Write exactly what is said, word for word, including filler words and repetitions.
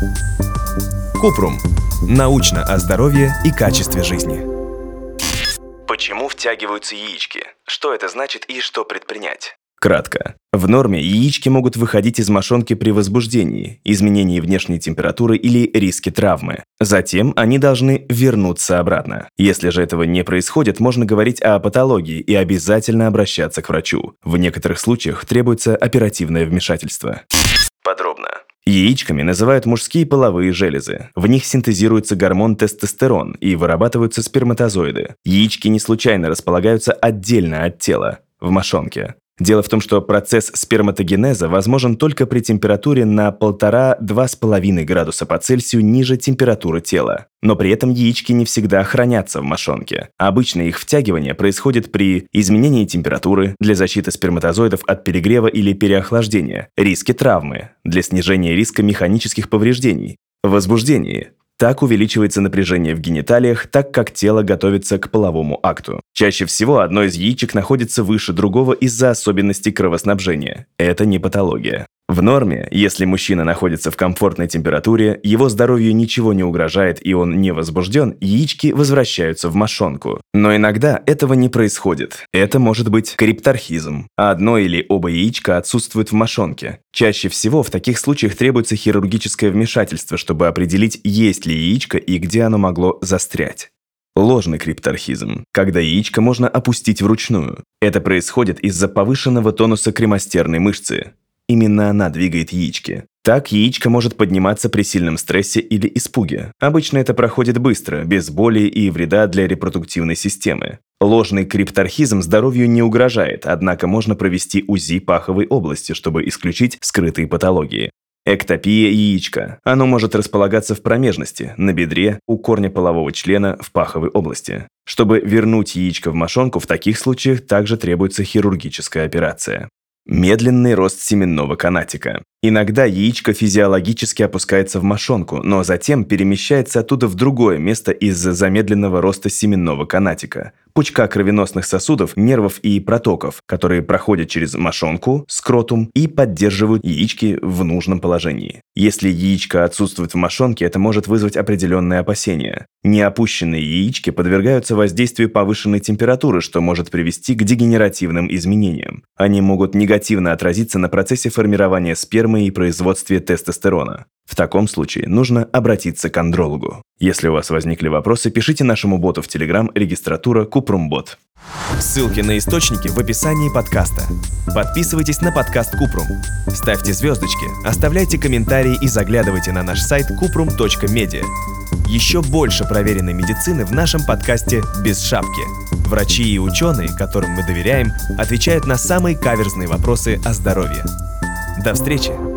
Купрум. Научно о здоровье и качестве жизни. Почему втягиваются яички? Что это значит и что предпринять? Кратко. В норме яички могут выходить из мошонки при возбуждении, изменении внешней температуры или риске травмы. Затем они должны вернуться обратно. Если же этого не происходит, можно говорить о патологии и обязательно обращаться к врачу. В некоторых случаях требуется оперативное вмешательство. Подробно. Яичками называют мужские половые железы. В них синтезируется гормон тестостерон и вырабатываются сперматозоиды. Яички не случайно располагаются отдельно от тела, в мошонке. Дело в том, что процесс сперматогенеза возможен только при температуре на полтора-два с половиной градуса по Цельсию ниже температуры тела. Но при этом яички не всегда хранятся в мошонке. Обычно их втягивание происходит при изменении температуры для защиты сперматозоидов от перегрева или переохлаждения, риске травмы для снижения риска механических повреждений, возбуждении. Так увеличивается напряжение в гениталиях, так как тело готовится к половому акту. Чаще всего одно из яичек находится выше другого из-за особенностей кровоснабжения. Это не патология. В норме, если мужчина находится в комфортной температуре, его здоровью ничего не угрожает и он не возбужден, яички возвращаются в мошонку. Но иногда этого не происходит. Это может быть крипторхизм. Одно или оба яичка отсутствуют в мошонке. Чаще всего в таких случаях требуется хирургическое вмешательство, чтобы определить, есть ли яичко и где оно могло застрять. Ложный крипторхизм, когда яичко можно опустить вручную. Это происходит из-за повышенного тонуса кремастерной мышцы. Именно она двигает яички. Так яичко может подниматься при сильном стрессе или испуге. Обычно это проходит быстро, без боли и вреда для репродуктивной системы. Ложный крипторхизм здоровью не угрожает, однако можно провести УЗИ паховой области, чтобы исключить скрытые патологии. Эктопия яичка. Оно может располагаться в промежности, на бедре, у корня полового члена, в паховой области. Чтобы вернуть яичко в мошонку, в таких случаях также требуется хирургическая операция. Медленный рост семенного канатика. Иногда яичко физиологически опускается в мошонку, но затем перемещается оттуда в другое место из-за замедленного роста семенного канатика, пучка кровеносных сосудов, нервов и протоков, которые проходят через мошонку, скротум и поддерживают яички в нужном положении. Если яичко отсутствует в мошонке, это может вызвать определенные опасения. Неопущенные яички подвергаются воздействию повышенной температуры, что может привести к дегенеративным изменениям. Они могут негативно отразиться на процессе формирования спермы и производстве тестостерона. В таком случае нужно обратиться к андрологу. Если у вас возникли вопросы, пишите нашему боту в Telegram регистратура Купрумбот. Ссылки на источники в описании подкаста. Подписывайтесь на подкаст Купрум. Ставьте звездочки, оставляйте комментарии и заглядывайте на наш сайт купрум точка медиа. Еще больше проверенной медицины в нашем подкасте «Без шапки». Врачи и ученые, которым мы доверяем, отвечают на самые каверзные вопросы о здоровье. До встречи!